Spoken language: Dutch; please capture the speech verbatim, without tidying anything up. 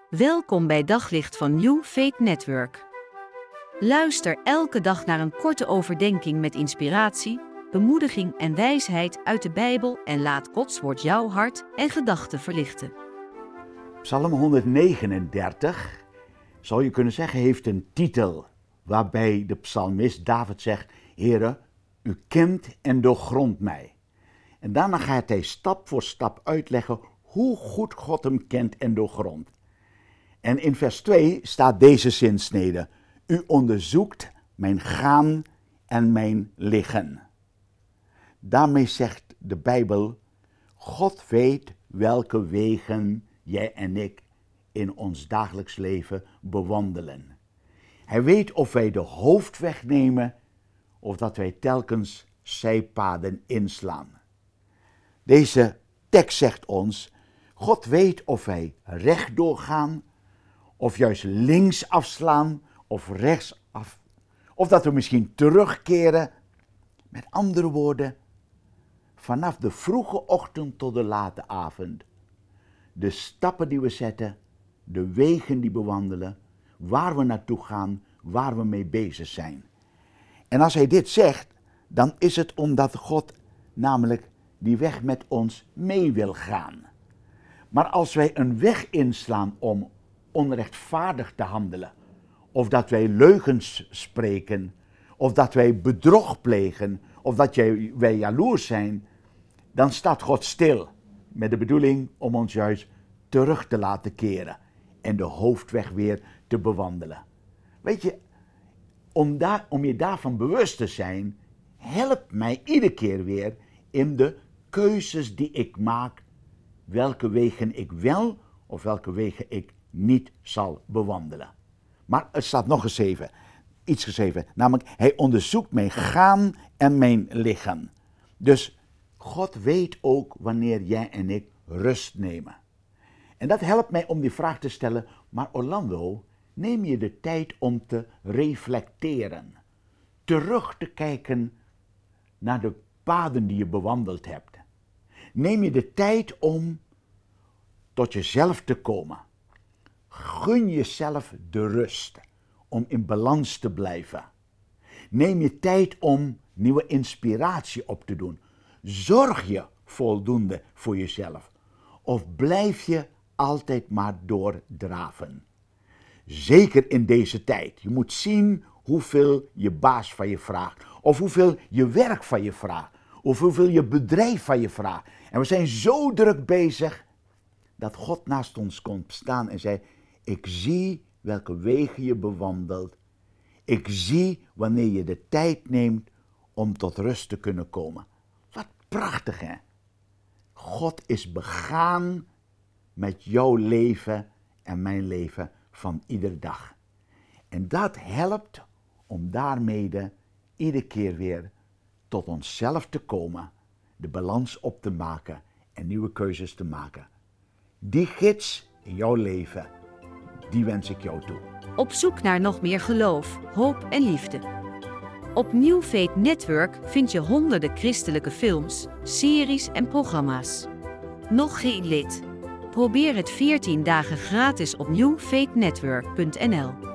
Welkom bij Daglicht van New Faith Network. Luister elke dag naar een korte overdenking met inspiratie, bemoediging en wijsheid uit de Bijbel en laat Gods woord jouw hart en gedachten verlichten. Psalm honderdnegenendertig, zou je kunnen zeggen, heeft een titel waarbij de psalmist David zegt: Heere, u kent en doorgrondt mij. En daarna gaat hij stap voor stap uitleggen hoe goed God hem kent en doorgrondt. En in vers twee staat deze zinsnede: U onderzoekt mijn gaan en mijn liggen. Daarmee zegt de Bijbel: God weet welke wegen jij en ik in ons dagelijks leven bewandelen. Hij weet of wij de hoofdweg nemen of dat wij telkens zijpaden inslaan. Deze tekst zegt ons: God weet of wij rechtdoor gaan, of juist links afslaan, of rechts af, of dat we misschien terugkeren. Met andere woorden, vanaf de vroege ochtend tot de late avond, de stappen die we zetten, de wegen die bewandelen, waar we naartoe gaan, waar we mee bezig zijn. En als hij dit zegt, dan is het omdat God namelijk die weg met ons mee wil gaan. Maar als wij een weg inslaan om onrechtvaardig te handelen, of dat wij leugens spreken, of dat wij bedrog plegen, of dat wij jaloers zijn, dan staat God stil met de bedoeling om ons juist terug te laten keren en de hoofdweg weer te bewandelen. Weet je, om, daar, om je daarvan bewust te zijn, helpt mij iedere keer weer in de keuzes die ik maak, welke wegen ik wel of welke wegen ik niet zal bewandelen. Maar er staat nog geschreven, iets geschreven, namelijk hij onderzoekt mijn gaan en mijn liggen. Dus God weet ook wanneer jij en ik rust nemen. En dat helpt mij om die vraag te stellen: maar Orlando, neem je de tijd om te reflecteren, terug te kijken naar de paden die je bewandeld hebt? Neem je de tijd om tot jezelf te komen? Gun jezelf de rust om in balans te blijven. Neem je tijd om nieuwe inspiratie op te doen. Zorg je voldoende voor jezelf? Of blijf je altijd maar doordraven? Zeker in deze tijd. Je moet zien hoeveel je baas van je vraagt. Of hoeveel je werk van je vraagt. Of hoeveel je bedrijf van je vraagt. En we zijn zo druk bezig dat God naast ons komt staan en zei: ik zie welke wegen je bewandelt. Ik zie wanneer je de tijd neemt om tot rust te kunnen komen. Wat prachtig, hè? God is begaan met jouw leven en mijn leven van iedere dag. En dat helpt om daarmee iedere keer weer tot onszelf te komen, de balans op te maken en nieuwe keuzes te maken. Die gids in jouw leven, die wens ik jou toe. Op zoek naar nog meer geloof, hoop en liefde. Op New Faith Network vind je honderden christelijke films, series en programma's. Nog geen lid? Probeer het veertien dagen gratis op new faith network punt n l.